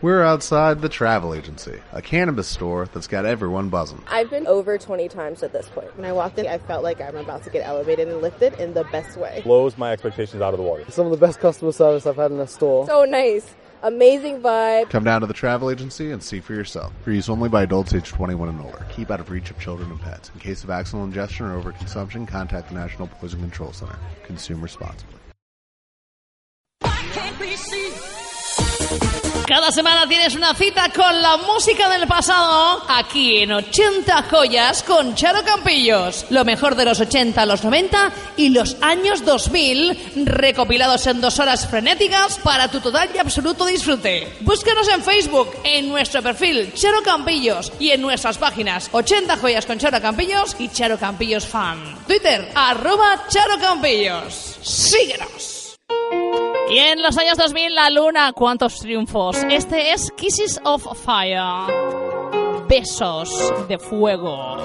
We're outside the Travel Agency, a cannabis store that's got everyone buzzing. I've been over 20 times at this point. When I walked in, I felt like I'm about to get elevated and lifted in the best way. Blows my expectations out of the water. Some of the best customer service I've had in a store. So nice. Amazing vibe. Come down to the Travel Agency and see for yourself. For use only by adults aged 21 and older. Keep out of reach of children and pets. In case of accidental ingestion or overconsumption, contact the National Poison Control Center. Consume responsibly. Cada semana tienes una cita con la música del pasado, aquí en 80 Joyas con Charo Campillos. Lo mejor de los 80, los 90 y los años 2000, recopilados en 2 horas frenéticas para tu total y absoluto disfrute. Búscanos en Facebook, en nuestro perfil Charo Campillos y en nuestras páginas 80 Joyas con Charo Campillos y Charo Campillos Fan. Twitter, @Charo Campillos. Síguenos. Y en los años 2000, la luna, cuántos triunfos. Este es Kisses of Fire. Besos de fuego.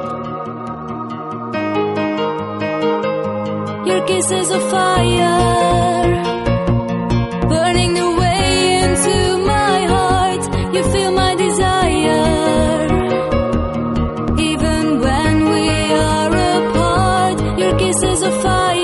Your kisses of fire, burning the way into my heart. You feel my desire, even when we are apart. Your kisses of fire.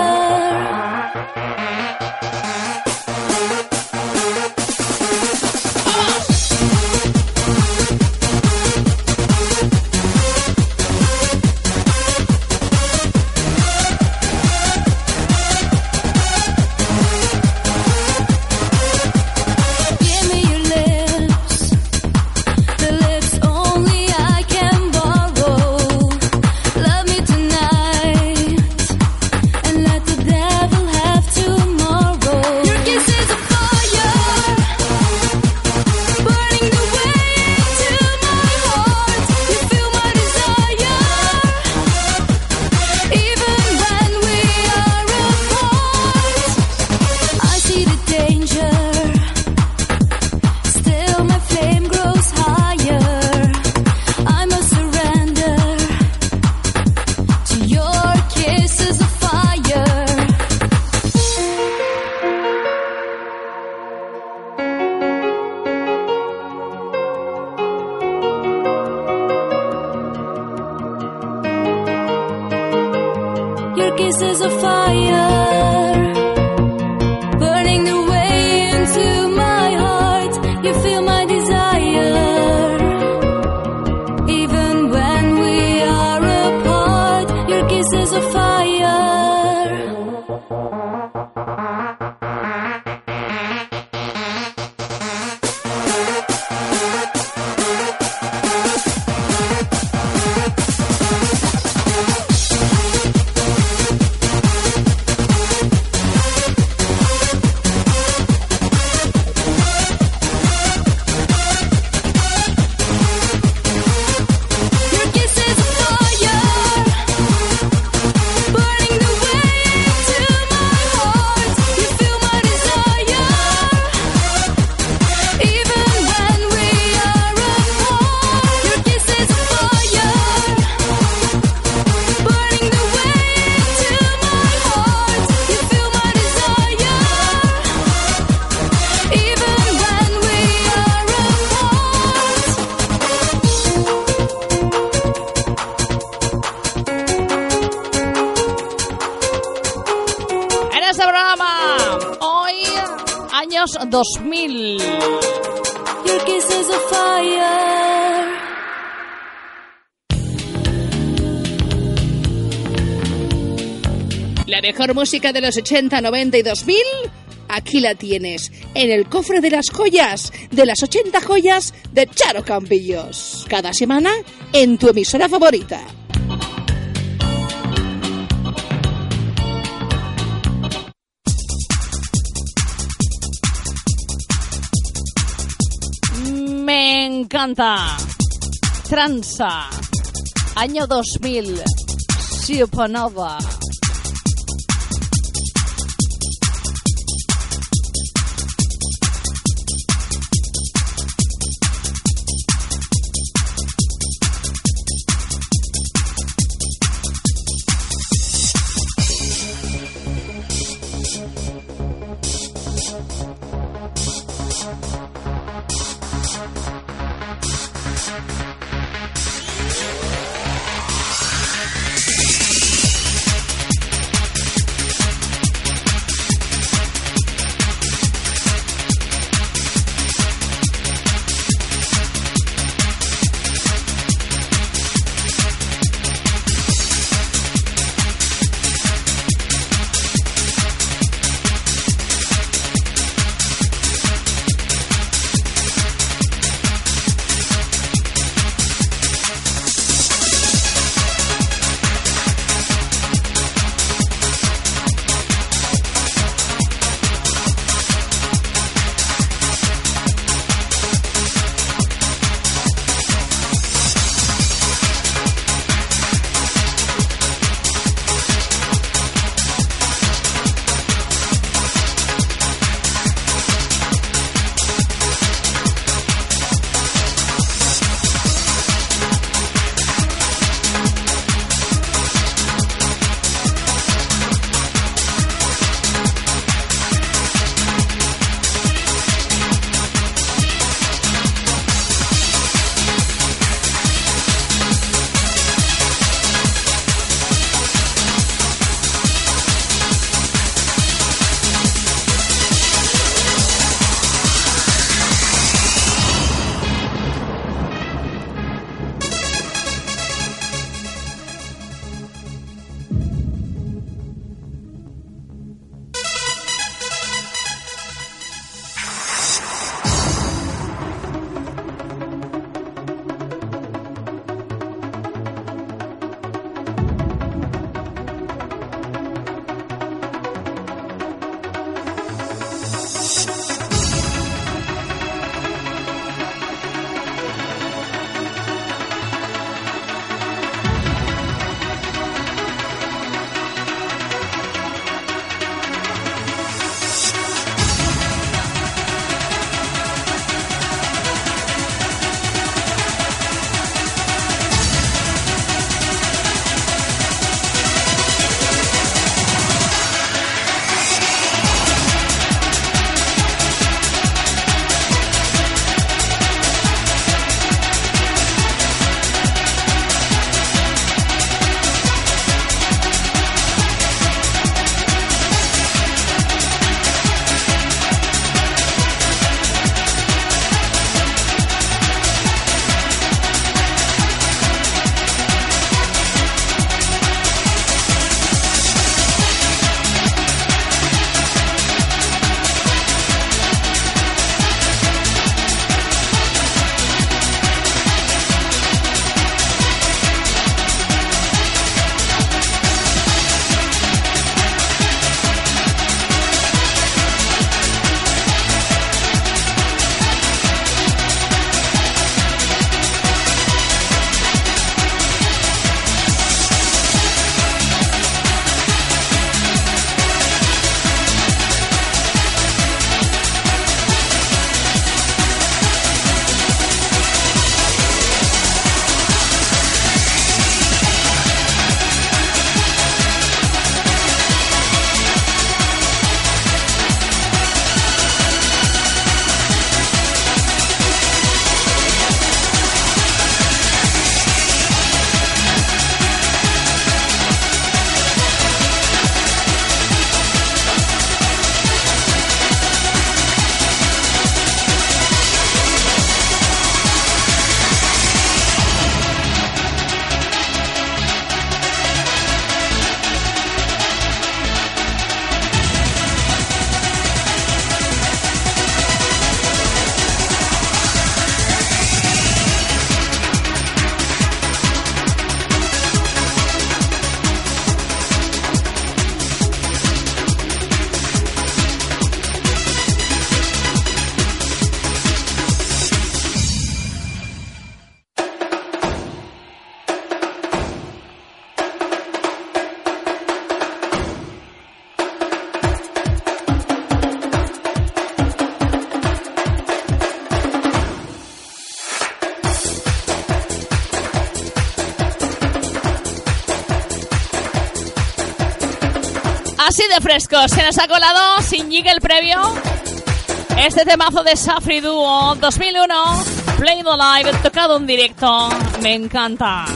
Kisses of fire, burning the way into my heart. You feel my desire, even when we are apart. Your kisses of fire. años 2000. Your kisses of fire. La mejor música de los 80, 90 y 2000, aquí la tienes, en el cofre de las joyas, de las 80 joyas de Charo Campillos. Cada semana, en tu emisora favorita. Me encanta. Tranza. Año 2000. Supernova. Así de fresco, se nos ha colado sin jingle previo este temazo de Safri Duo 2001, Play the Live, tocado en directo. Me encanta.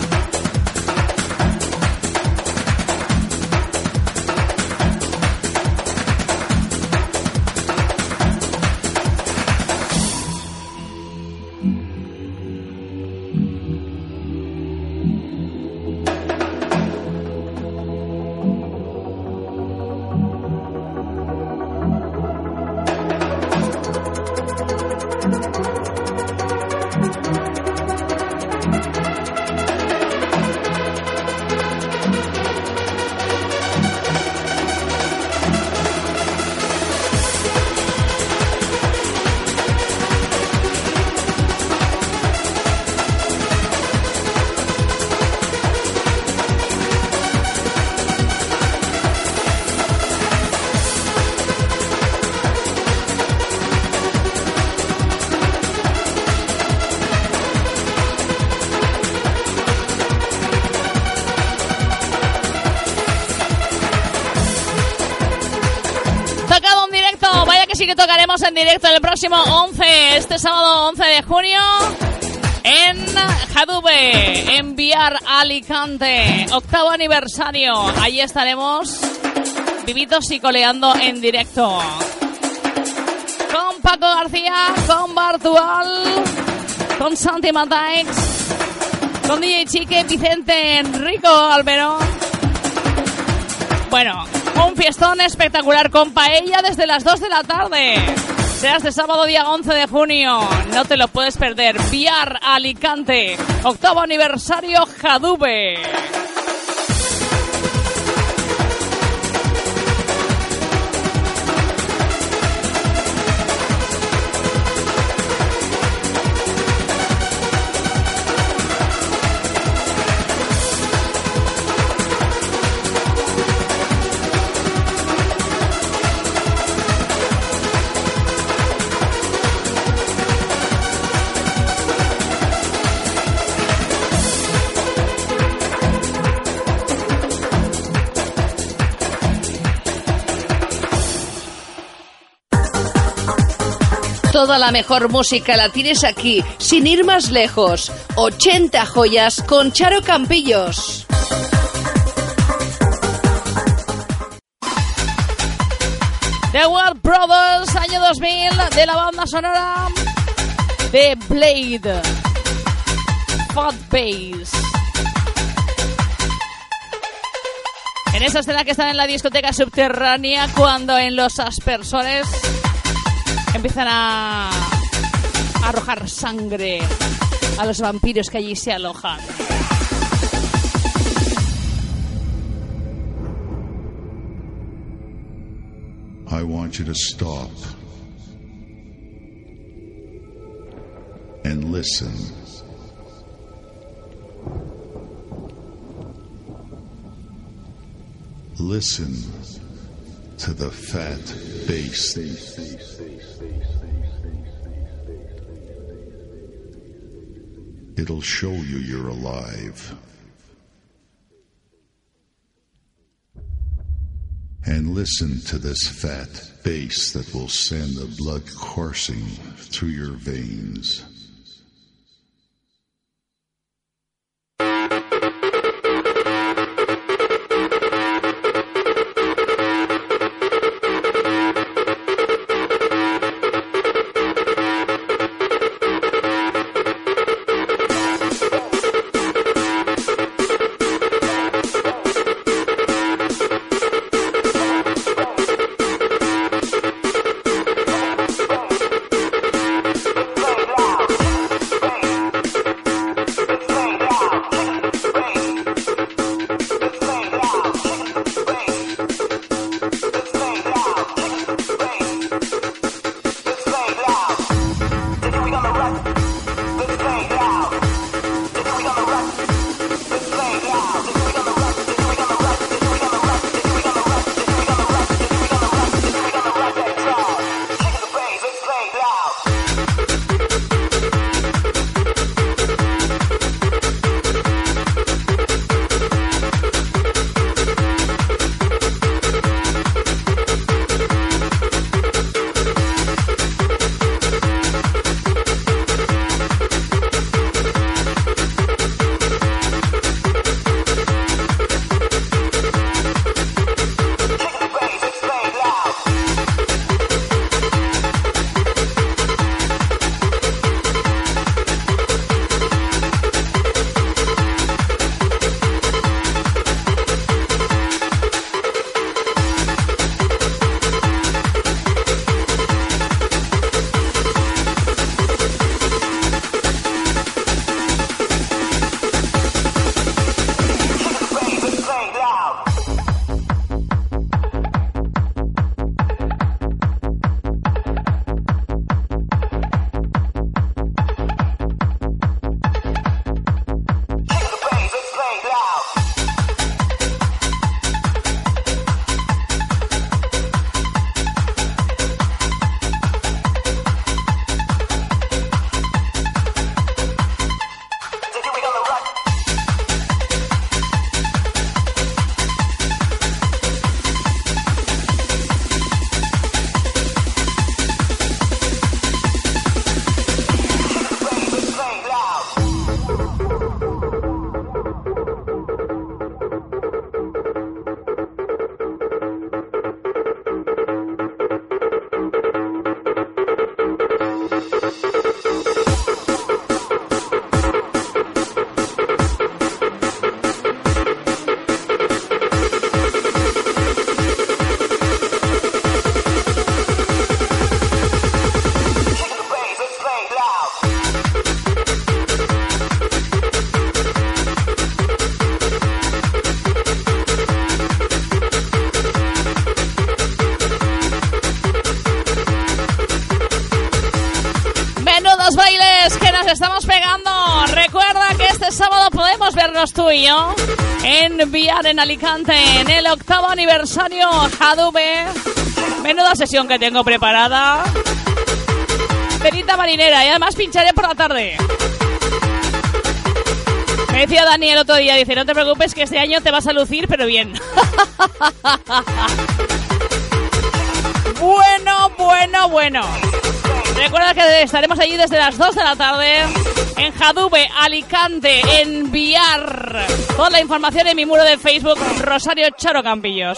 Sí que tocaremos en directo el próximo 11, este sábado 11 de junio, en Jadube, en Biar Alicante, 8º aniversario. Allí estaremos vivitos y coleando en directo. Con Paco García, con Bartual, con Santi Mataix, con DJ Chique, Vicente, Enrico Alberón. Bueno, un fiestón espectacular con paella desde las 2 de la tarde. Será este sábado día 11 de junio. No te lo puedes perder. Biar Alicante, 8º aniversario Jadube. Toda la mejor música la tienes aquí, sin ir más lejos. 80 joyas con Charo Campillos. The World Brothers, año 2000, de la banda sonora de Blade. Fat Bass. En esa escena que están en la discoteca subterránea, cuando en los aspersores empiezan a arrojar sangre a los vampiros que allí se alojan. I want you to stop and listen. Listen to the fat bass. It'll show you you're alive. And listen to this fat bass that will send the blood coursing through your veins. que nos estamos pegando. Recuerda que este sábado podemos vernos tú y yo en Biar, en Alicante, en el 8º aniversario Jadube. Menuda sesión que tengo preparada. Cenita marinera y además pincharé por la tarde. Me decía Dani el otro día, dice, no te preocupes que este año te vas a lucir, pero bien. Bueno. Recuerda que estaremos allí desde las 2 de la tarde en Jadube, Alicante, en Biar. Toda la información en mi muro de Facebook, Rosario Charo Campillos.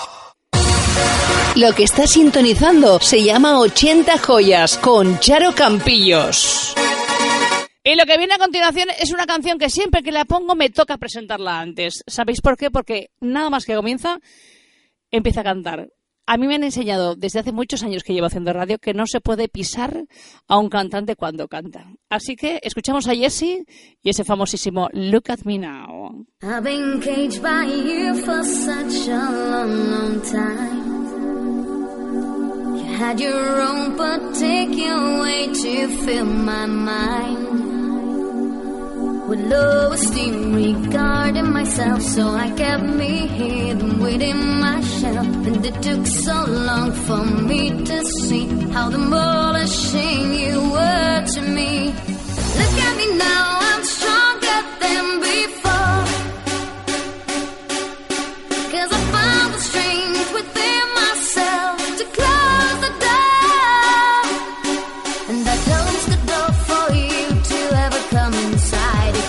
Lo que está sintonizando se llama 80 Joyas con Charo Campillos. Y lo que viene a continuación es una canción que siempre que la pongo me toca presentarla antes. ¿Sabéis por qué? Porque nada más que comienza, empieza a cantar. A mí me han enseñado desde hace muchos años que llevo haciendo radio que no se puede pisar a un cantante cuando canta. Así que escuchamos a Jessie y ese famosísimo Look at Me Now. I've been caged by you for such a long time. You had your own particular way to fill my mind. With low esteem regarding myself, so I kept me hidden within my shell. And it took so long for me to see how demolishing you were to me. Look at me now, I'm stronger than before. 'Cause I found the strength within myself to close the door. And I closed the door for you to ever come inside.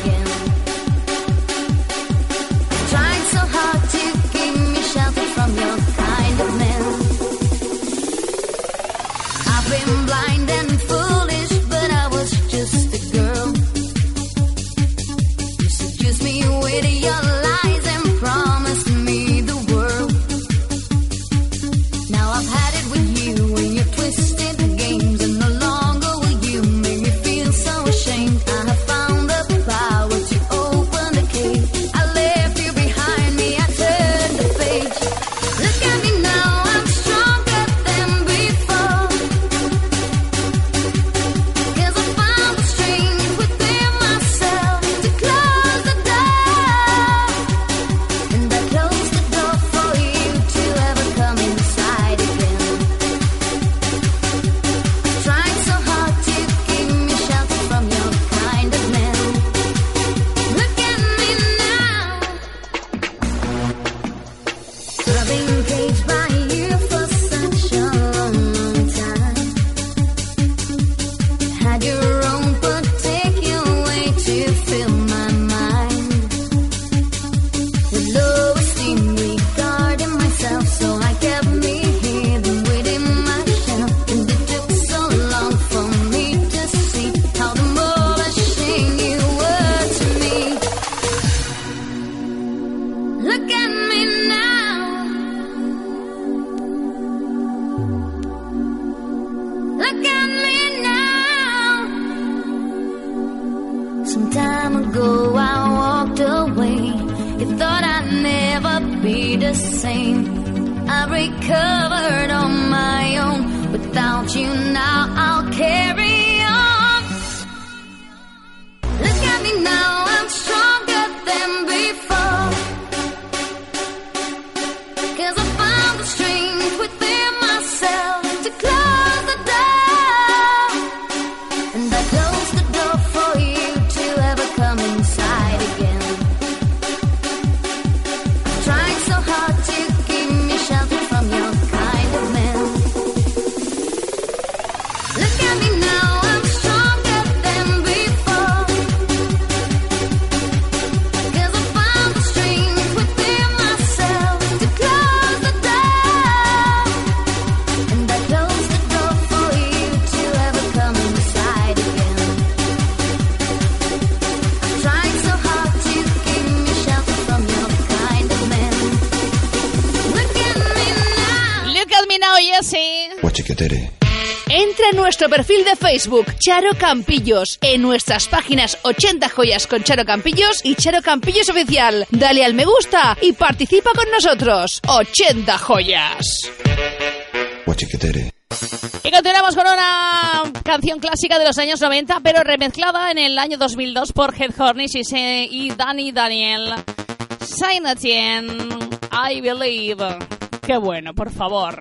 Entra en nuestro perfil de Facebook, Charo Campillos, en nuestras páginas 80 Joyas con Charo Campillos y Charo Campillos Oficial. Dale al me gusta y participa con nosotros. 80 Joyas. Y continuamos con una canción clásica de los años 90, pero remezclada en el año 2002 por Head Hornish y Danny Daniel. Saint-Étienne, I Believe. Qué bueno, por favor.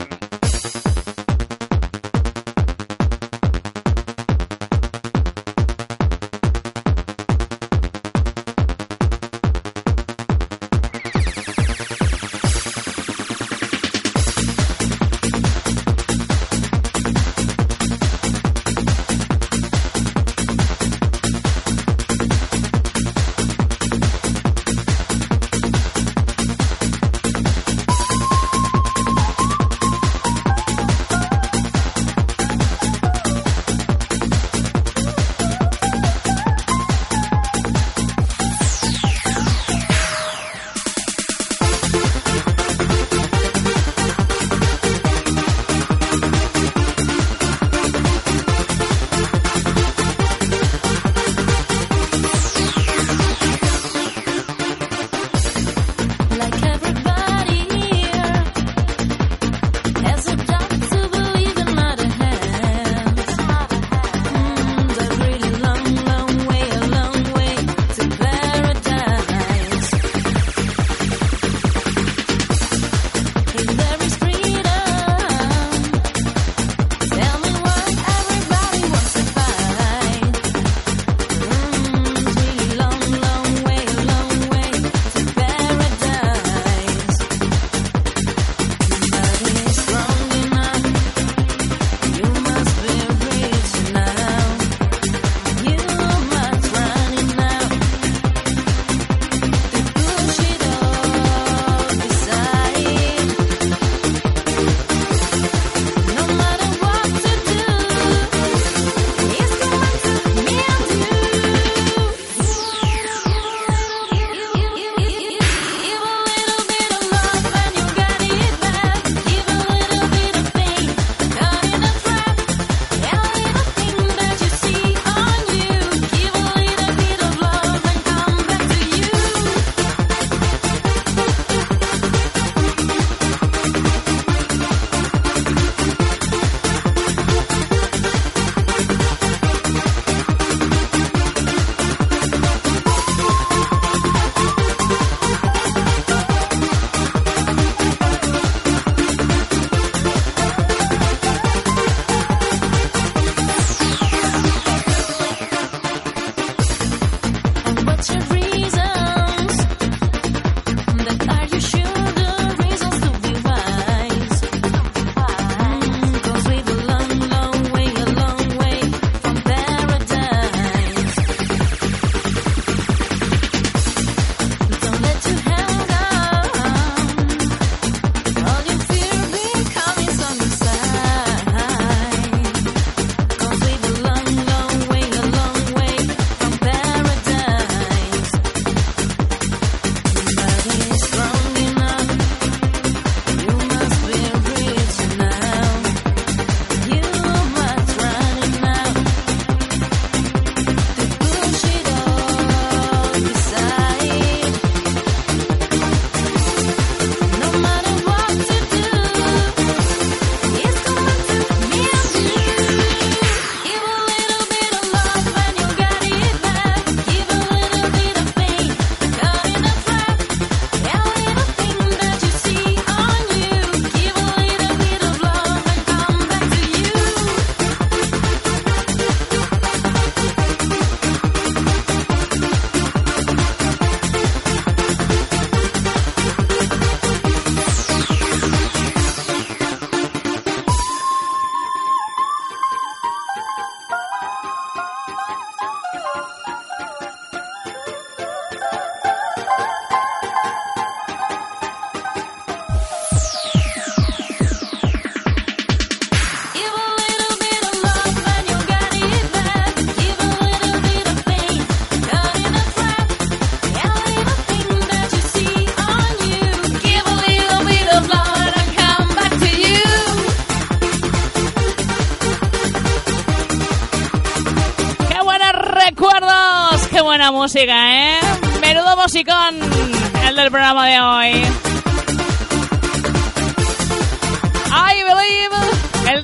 buena música, ¿eh? Menudo musicón el del programa de hoy. I Believe, el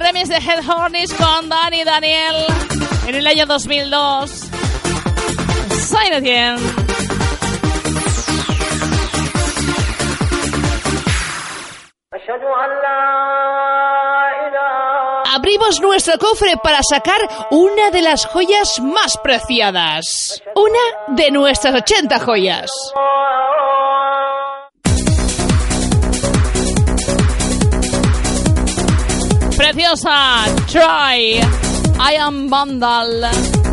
remix de Headhornies con Dani Daniel en el año 2002. Sign It Again. Abrimos nuestro cofre para sacar una de las joyas más preciadas. Una de nuestras 80 joyas. Preciosa, Try, I Am Vandal.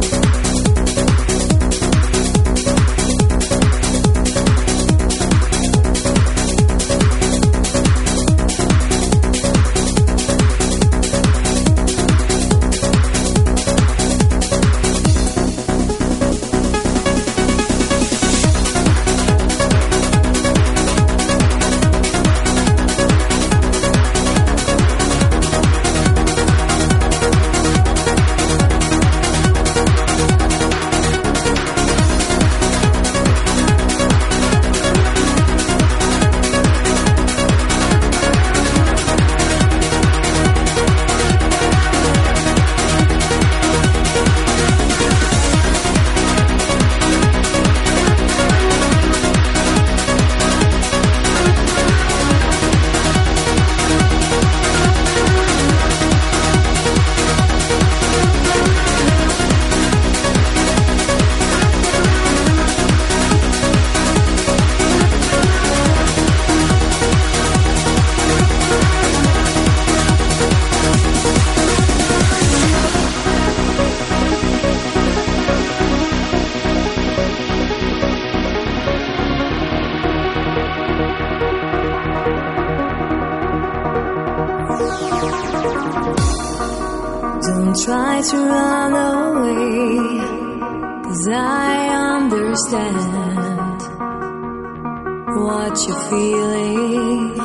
Try to run away, 'cause I understand what you're feeling.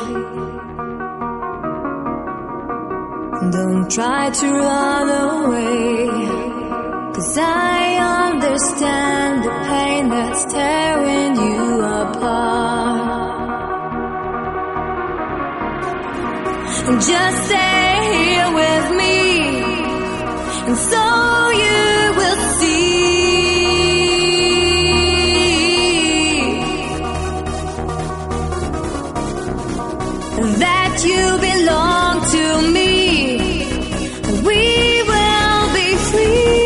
Don't try to run away, 'cause I understand the pain that's tearing you apart. Just stay here with me, and so you will see that you belong to me, and we will be free.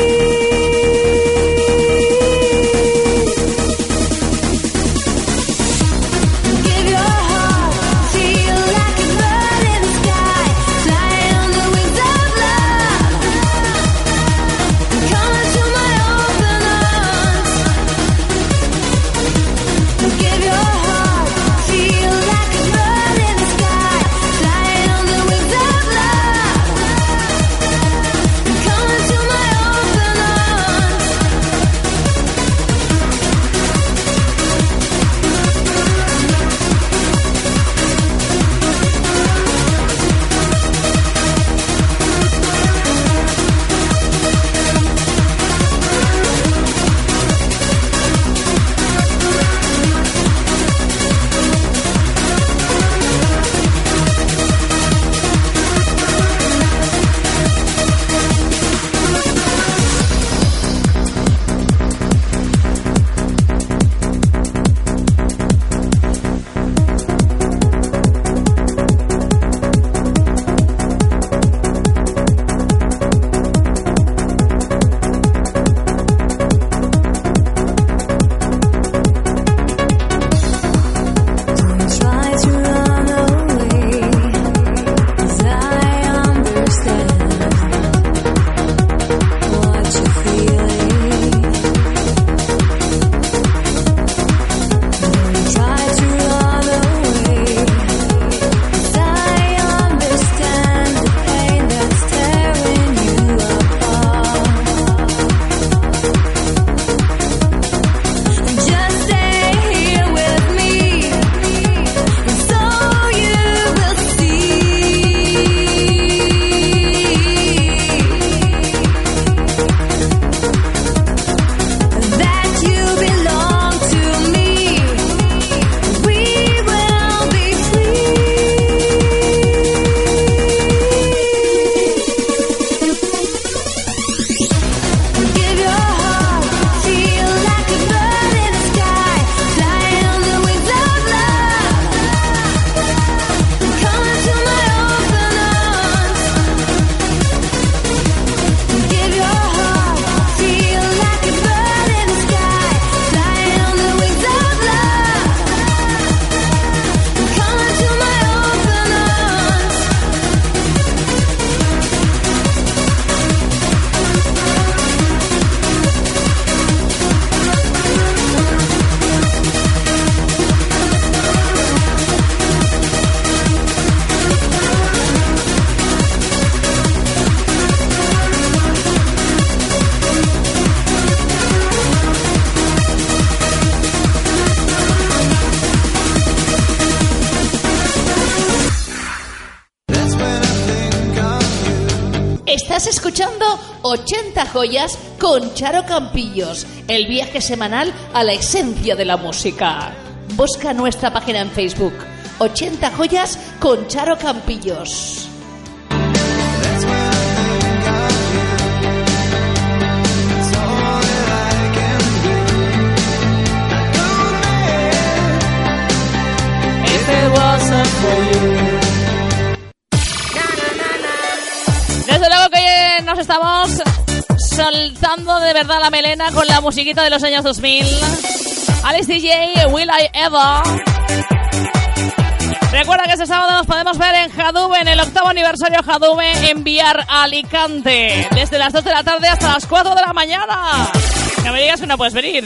Give your heart, feel like a bird in the sky, flying on the wings of love. escuchando 80 joyas con Charo Campillos, el viaje semanal a la esencia de la música. Busca nuestra página en Facebook, 80 joyas con Charo Campillos. Desde luego que nos estamos soltando de verdad la melena con la musiquita de los años 2000. Alice DJ, Will I Ever. Recuerda que este sábado nos podemos ver en Jadube, en el 8º aniversario Jadube en Villar, Alicante, desde las 2 de la tarde hasta las 4 de la mañana. Que me digas que no puedes venir.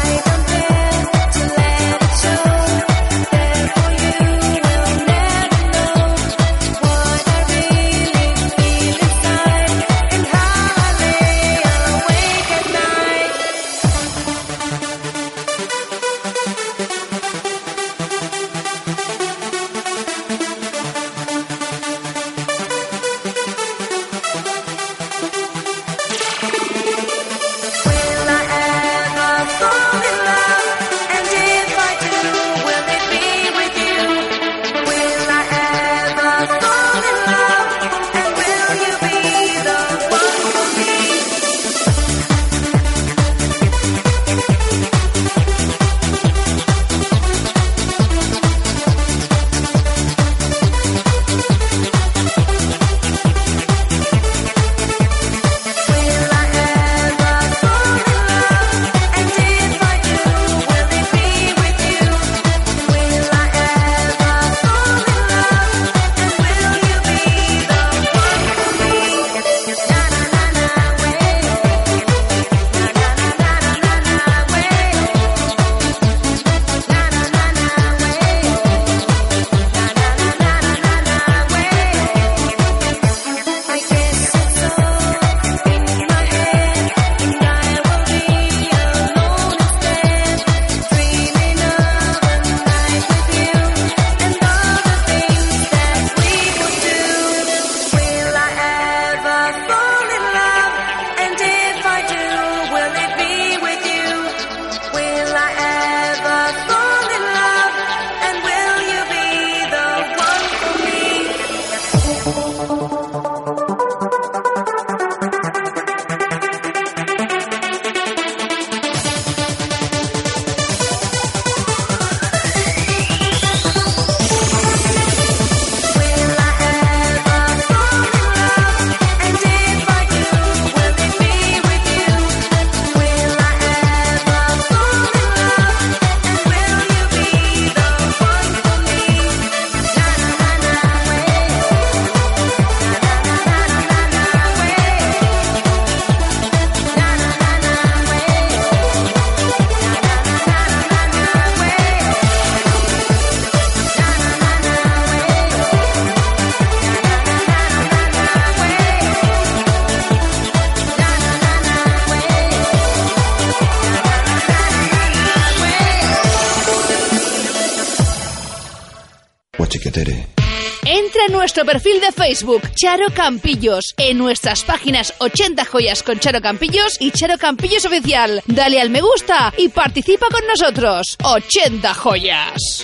Entra en nuestro perfil de Facebook, Charo Campillos, en nuestras páginas 80 joyas con Charo Campillos y Charo Campillos Oficial. Dale al me gusta y participa con nosotros. 80 joyas.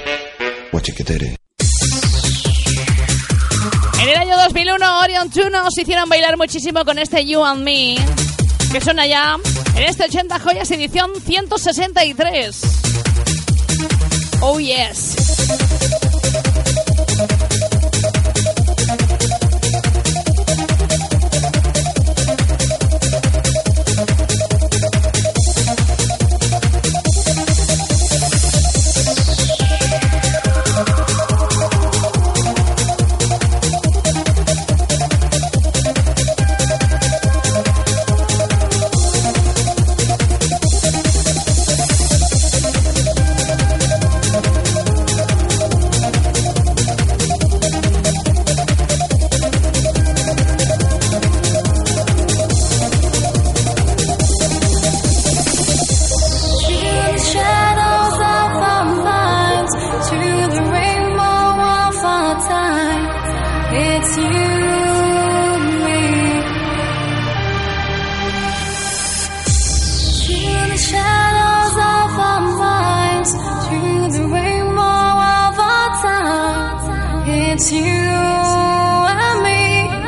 En el año 2001, Orion 2 nos hicieron bailar muchísimo con este You and Me, que suena ya en este 80 joyas edición 163. Oh yes. shadows of our minds, through the rainbow of our time. It's you and me.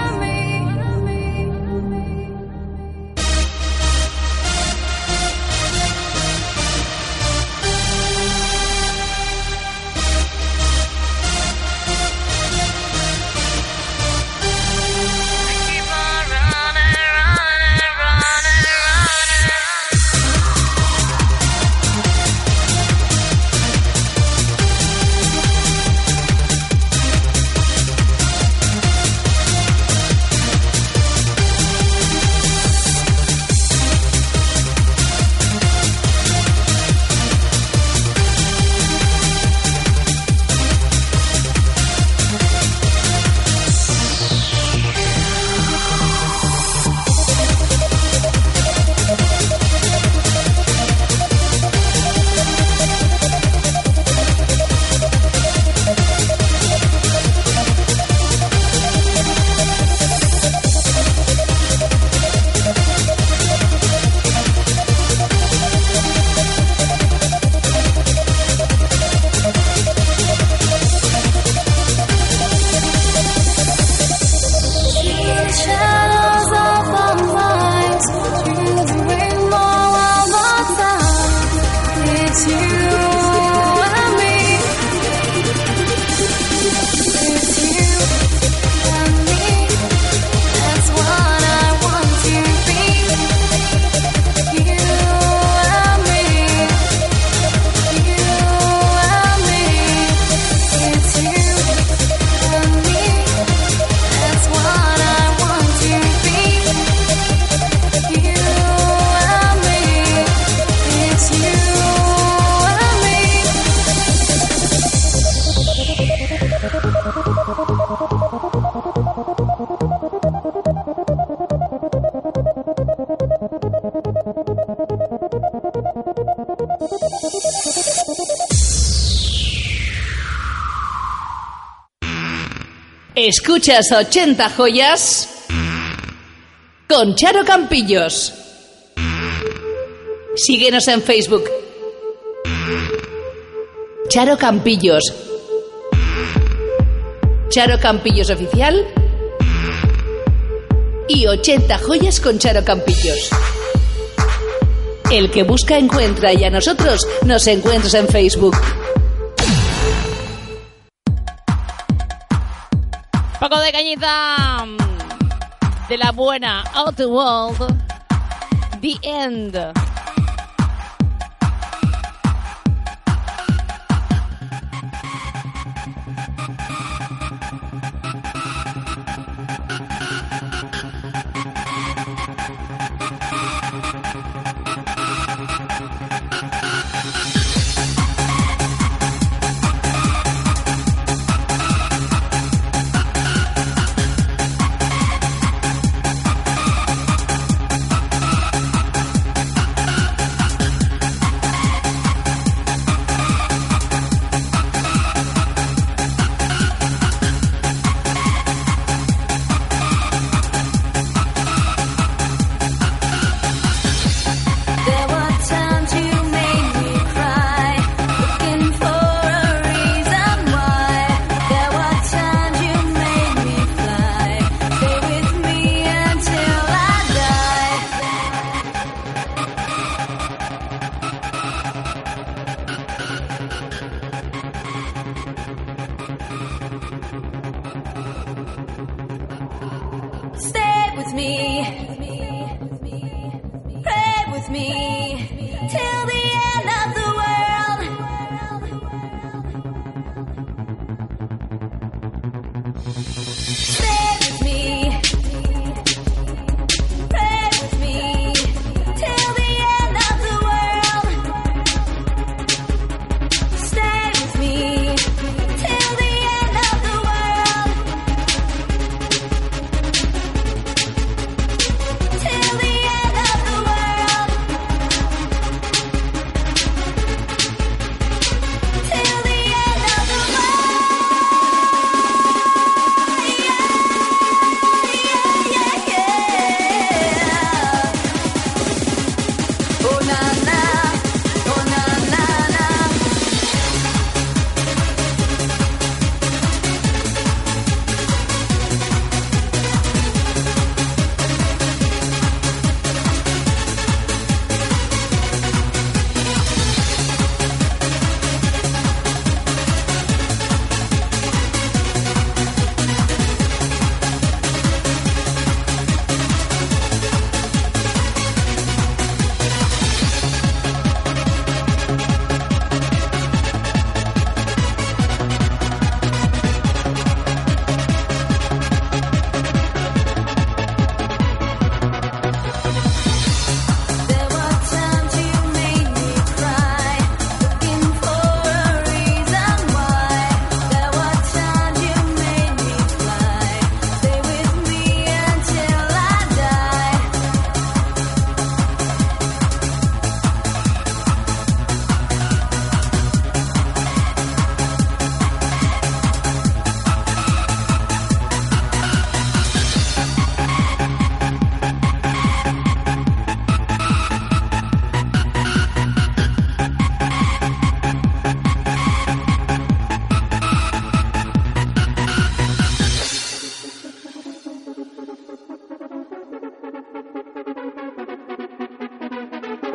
Escuchas 80 Joyas con Charo Campillos. Síguenos en Facebook. Charo Campillos. Charo Campillos Oficial. Y 80 Joyas con Charo Campillos. El que busca encuentra, y a nosotros nos encuentras en Facebook. Poco de cañita de la buena Outer World. The End.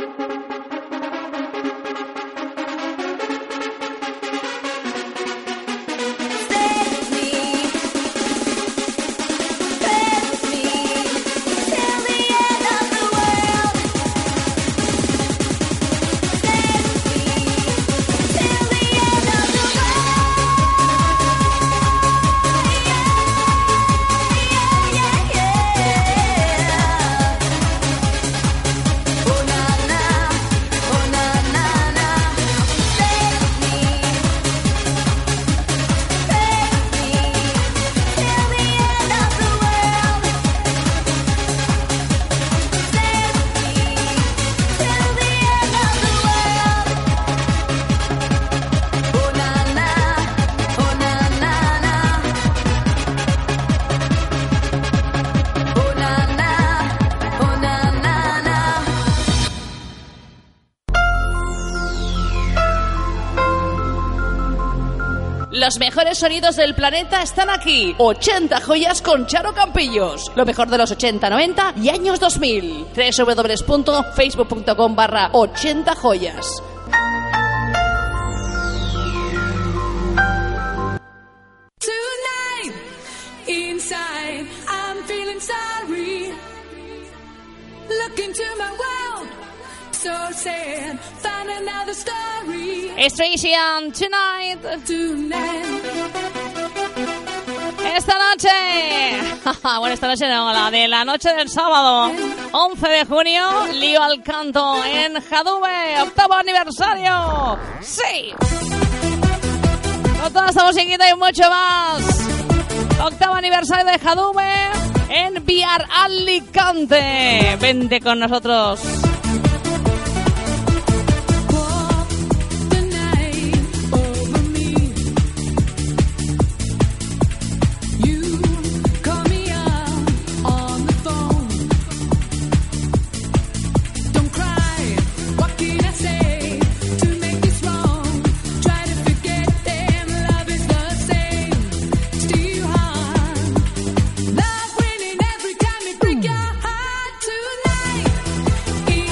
Los mejores sonidos del planeta están aquí. 80 joyas con Charo Campillos. Lo mejor de los 80, 90 y años 2000. www.facebook.com/80joyas. Tonight, inside, I'm feeling sorry. Look into my world, so sad. Find another story. It's Tracy and Tonight. Esta noche. Bueno, esta noche no, la de la noche del sábado. 11 de junio, Lío al Canto en Jadube. 8º aniversario. Sí. Con toda esta musiquita y mucho más. 8º aniversario de Jadube en Biar Alicante. Vente con nosotros. Love winning every time you break your heart tonight.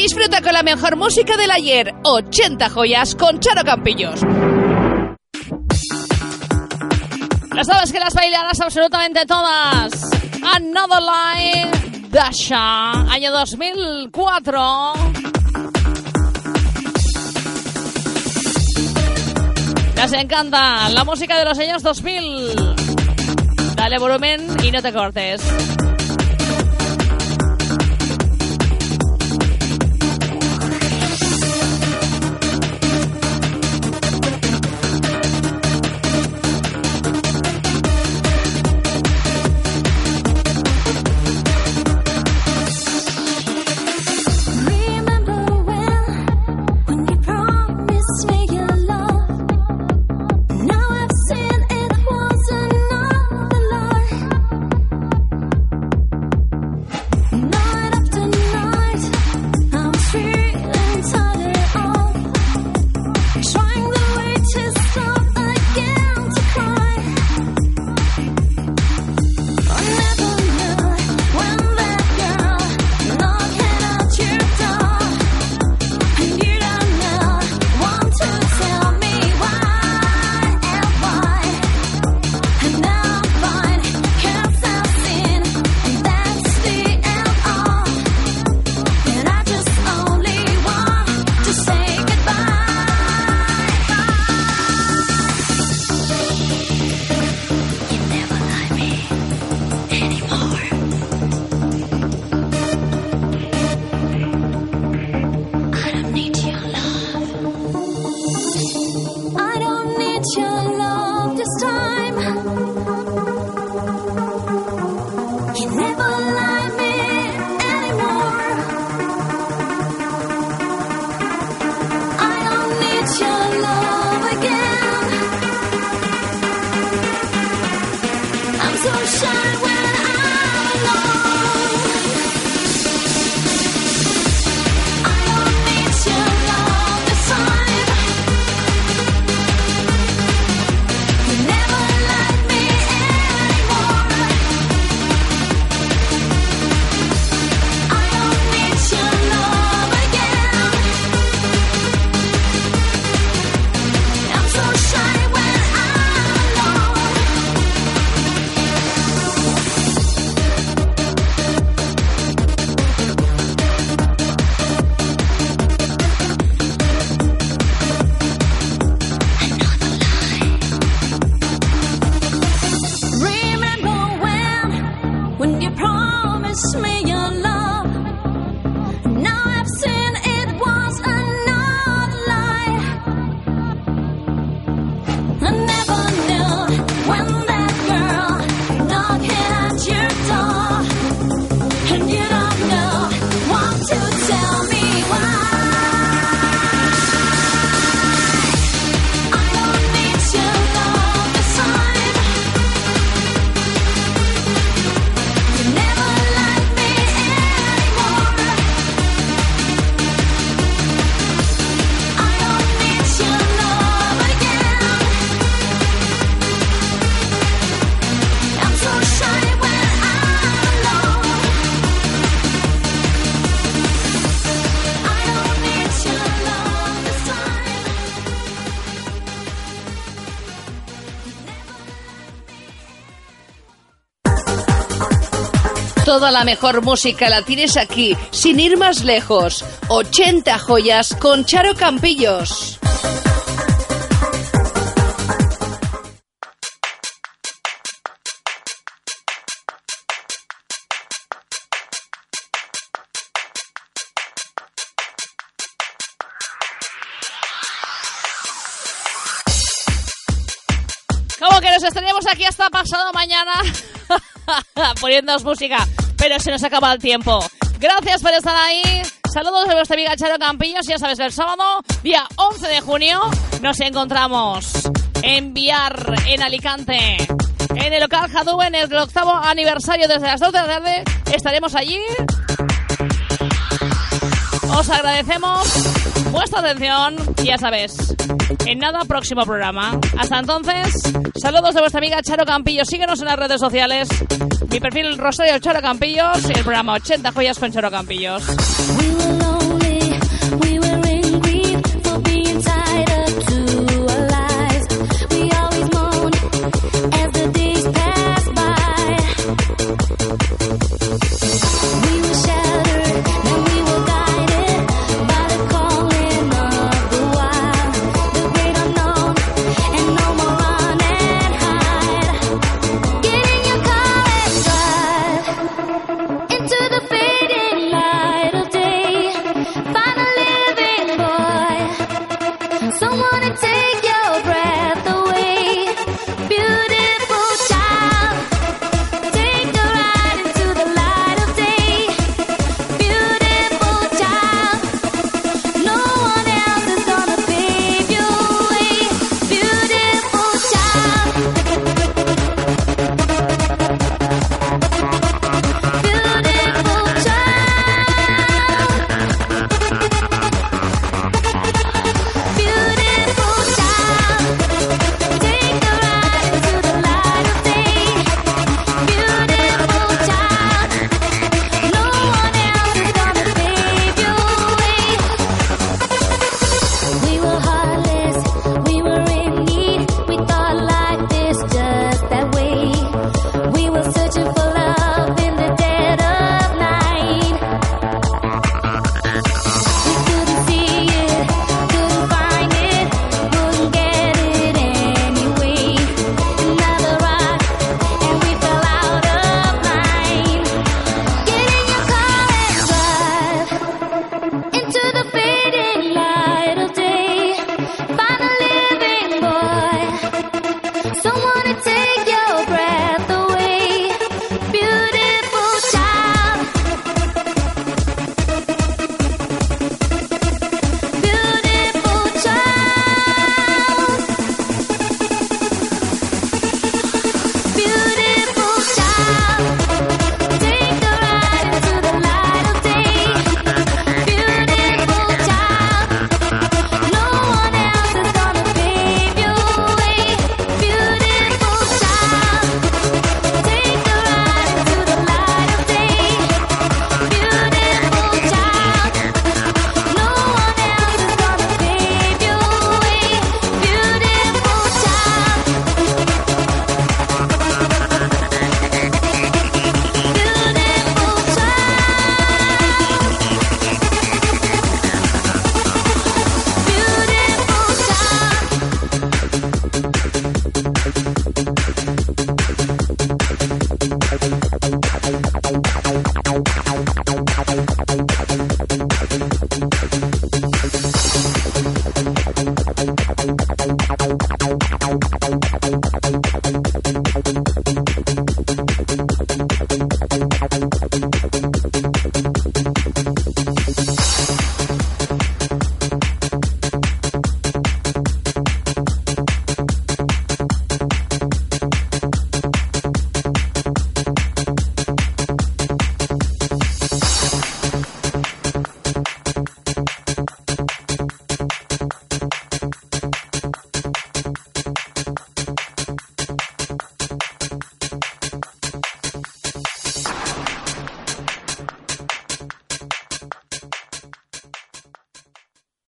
Disfruta con la mejor música del ayer. 80 joyas con Charo Campillos. Las sabes que las bailarás absolutamente todas. Another Line, Dasha, año 2004. Les encanta la música de los años 2000. Dale volumen y no te cortes. Toda la mejor música la tienes aquí, sin ir más lejos. 80 joyas con Charo Campillos. ¿Cómo que nos estaríamos aquí hasta pasado mañana poniéndoos música? Pero se nos acaba el tiempo. Gracias por estar ahí. Saludos de vuestra amiga Charo Campillos. Ya sabes, el sábado, día 11 de junio, nos encontramos en Biar, en Alicante, en el local Jadú, en el 8º aniversario. Desde las 2 de la tarde estaremos allí. Os agradecemos vuestra atención. Ya sabes, en nada, próximo programa. Hasta entonces, saludos de vuestra amiga Charo Campillos. Síguenos en las redes sociales. Mi perfil Rosario Charo Campillos y el programa 80 joyas con Charo Campillos.